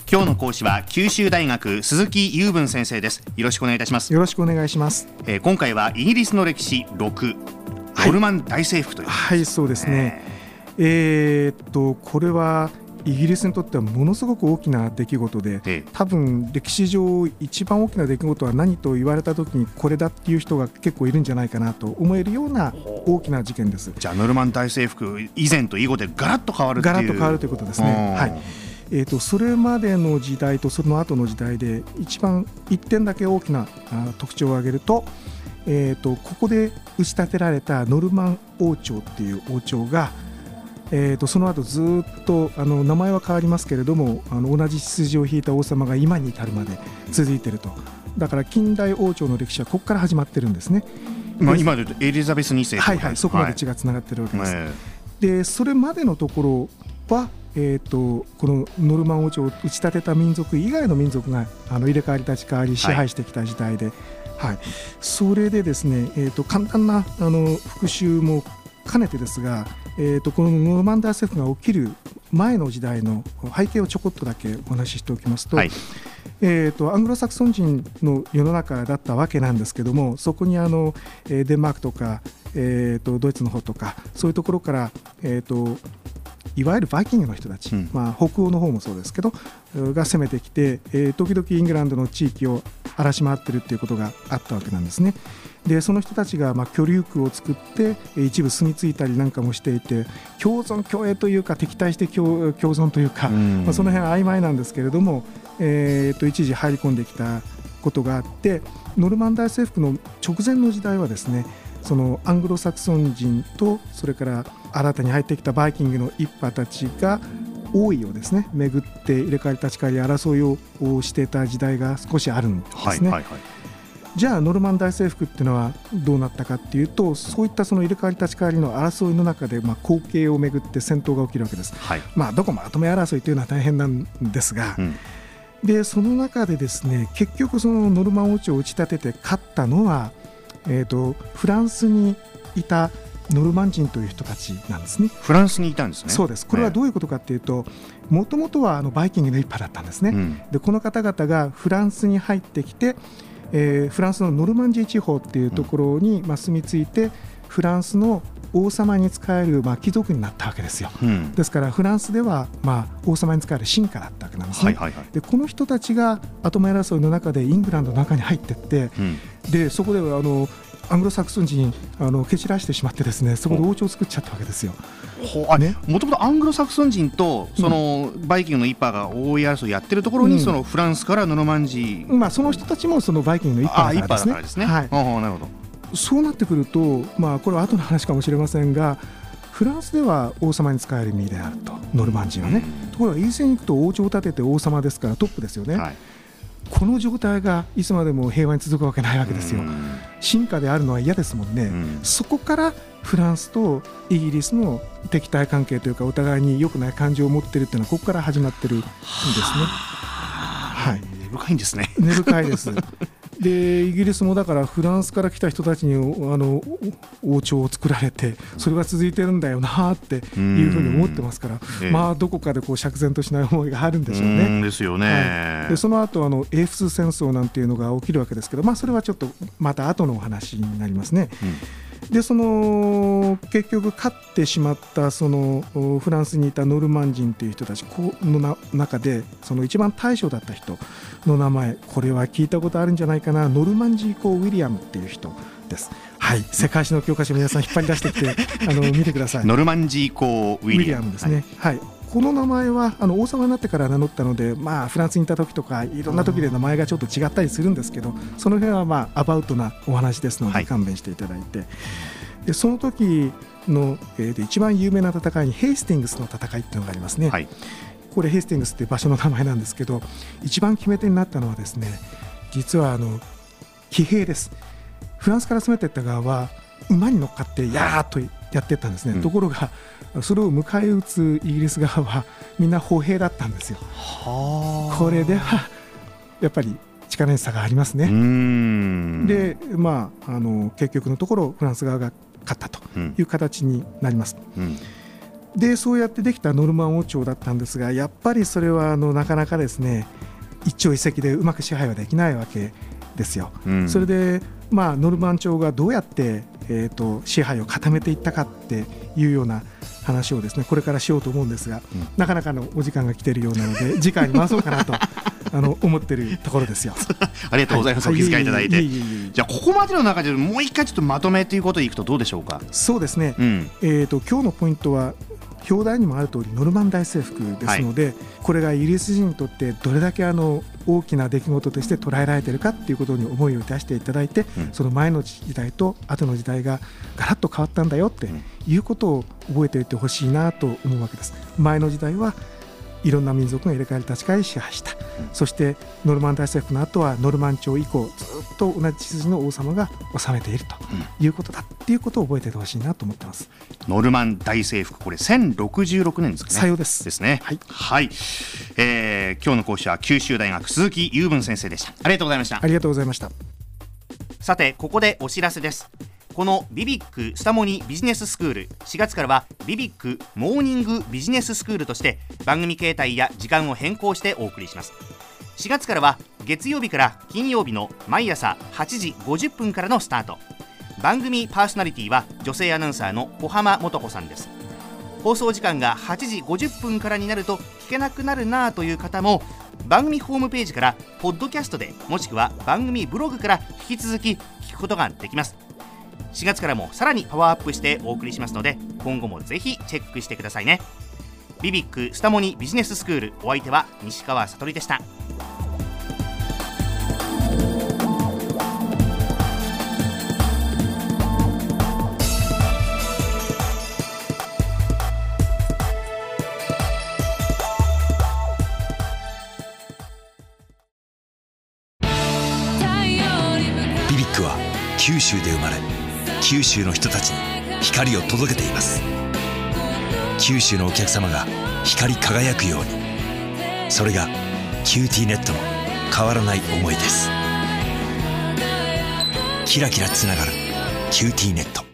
今日の講師は九州大学鈴木雄文先生です。よろしくお願いいたします。 よろしくお願いします。 今回はイギリスの歴史6、ノルマン大征服という、 はい、そうですね。これはイギリスにとってはものすごく大きな出来事で、多分歴史上一番大きな出来事は何と言われた時にこれだっていう人が結構いるんじゃないかなと思えるような大きな事件です。 じゃあノルマン大征服以前と以後でガラッと変わるっていうガラッと変わるということですね。はい。それまでの時代とその後の時代で一点だけ大きな特徴を挙げると、ここで打ち立てられたノルマン王朝っていう王朝が、その後ずっと名前は変わりますけれども同じ筋を引いた王様が今に至るまで続いていると。だから近代王朝の歴史はここから始まってるんですね。 今で言うとエリザベス2世、 はいはい、そこまで血がつながってるわけです。でそれまでのところはこのノルマン王朝を打ち立てた民族以外の民族が入れ替わり立ち替わり支配してきた時代で、はい、それでですね、簡単な復習も兼ねてですが、このノルマン大征服が起きる前の時代の背景をちょこっとだけお話ししておきますと、はい、アングロサクソン人の世の中だったわけなんですけども、そこにデンマークとか、ドイツの方とかそういうところから、いわゆるバイキングの人たち、北欧の方もそうですけどが攻めてきて、時々イングランドの地域を荒らし回ってるっていうことがあったわけなんですね。でその人たちが居留区を作って一部住み着いたりなんかもしていて、共存共栄というか敵対して共存というか、その辺曖昧なんですけれども、一時入り込んできたことがあって、ノルマン大征服の直前の時代はですね、そのアングロサクソン人とそれから新たに入ってきたバイキングの一派たちが王位をですね巡って入れ替わり立ち替わり争いをしていた時代が少しあるんですね。じゃあノルマン大征服っていうのはどうなったかっていうと、そういったその入れ替わり立ち替わりの争いの中で後継をめぐって戦闘が起きるわけです。どこもまとめ争いというのは大変なんですが、でその中でですね結局そのノルマン王朝を打ち立てて勝ったのはフランスにいたノルマン人という人たちなんですね。 フランスにいたんですね。 そうです。これはどういうことかというと、もともとはバイキングの一派だったんですね。でこの方々がフランスに入ってきて、フランスのノルマンジー地方っていうところに住み着いて、フランスの王様に仕える貴族になったわけですよ。ですからフランスでは王様に仕える臣下だったわけなんですね。でこの人たちが後目争いの中でイングランドの中に入っていって、でそこではアングロサクソン人蹴散らしてしまってですね、そこで王朝を作っちゃったわけですよ。 もともとアングロサクソン人とそのバイキングの一派が王位争いをやってるところに、そのフランスからノルマンジー、 その人たちもそのバイキングの一派だからですね。 なるほど。 そうなってくると、これは後の話かもしれませんが、フランスでは王様に仕える身であると、ノルマン人はね。ところがイギリスに行くと王朝を立てて王様ですからトップですよね。この状態がいつまでも平和に続くわけないわけですよ。臣下であるのは嫌ですもんね。そこからフランスとイギリスの敵対関係というか、お互いに良くない感情を持っているというのはここから始まってるんですね。 根深いんですね。 根深いです。でイギリスもだからフランスから来た人たちに王朝を作られて、それが続いてるんだよなっていうふうに思ってますから、どこかで釈然としない思いがあるんでしょうね。 ですよね。 でその後英仏戦争なんていうのが起きるわけですけど、それはちょっとまた後のお話になりますね。でその結局勝ってしまったそのフランスにいたノルマン人という人たちの中で、その一番大将だった人の名前、これは聞いたことあるんじゃないかな。ノルマンジー公ウィリアムっていう人です。はい、世界史の教科書皆さん引っ張り出してきて見てください。 ノルマンジー公ウィリアムですね。この名前は王様になってから名乗ったので、フランスにいた時とかいろんな時で名前がちょっと違ったりするんですけど、その辺はアバウトなお話ですので勘弁していただいて、でその時の、一番有名な戦いにヘイスティングスの戦いっていうのがありますね。これヘイスティングスっていう場所の名前なんですけど、一番決め手になったのはですね、実は騎兵です。フランスから攻めていった側は馬に乗っかってやーっとやっていったんですね。ところがそれを迎え撃つイギリス側はみんな歩兵だったんですよ。これではやっぱり力の差がありますね。で、結局のところフランス側が勝ったという形になります。 でそうやってできたノルマン王朝だったんですが、やっぱりそれはなかなかですね一朝一夕でうまく支配はできないわけですよ。それで、ノルマン朝がどうやって、支配を固めていったかっていうような話をですねこれからしようと思うんですが、なかなかのお時間が来ているようなので次回に回そうかなと思っているところですよ。 ありがとうございます、お気遣いいただいて。じゃあここまでの中でもう一回ちょっとまとめということでいくとどうでしょうか。 そうですね、今日のポイントは表題にもある通りノルマン大征服ですので、これがイギリス人にとってどれだけ大きな出来事として捉えられているかということに思いを出していただいて、その前の時代と後の時代がガラッと変わったんだよっていうことを覚えておいてほしいなと思うわけです。前の時代はいろんな民族が入れ替わり立ち替わり支配した、そしてノルマン大征服の後はノルマン朝以降ずっと同じ血筋の王様が治めているということだっていうことを覚えておいてほしいなと思ってます。 ノルマン大征服、これ1066年ですかね。 さようですね。はい、はい。今日の講師は九州大学鈴木雄文先生でした。ありがとうございました。 ありがとうございました。 さてここでお知らせです。このビビックスタモニビジネススクール、4月からはビビックモーニングビジネススクールとして番組形態や時間を変更してお送りします。4月からは月曜日から金曜日の毎朝8時50分からのスタート。番組パーソナリティは女性アナウンサーの小浜素子さんです。放送時間が8時50分からになると聞けなくなるなという方も、番組ホームページからポッドキャストでもしくは番組ブログから引き続き聞くことができます。4月からもさらにパワーアップしてお送りしますので、今後もぜひチェックしてくださいね。ビビックスタモニビジネススクール、お相手は西川悟でした。 ビビックは九州で生まれ、九州の人たちに光を届けています。九州のお客様が光り輝くように、それがキューティーネットの変わらない思いです。キラキラつながるキューティーネット。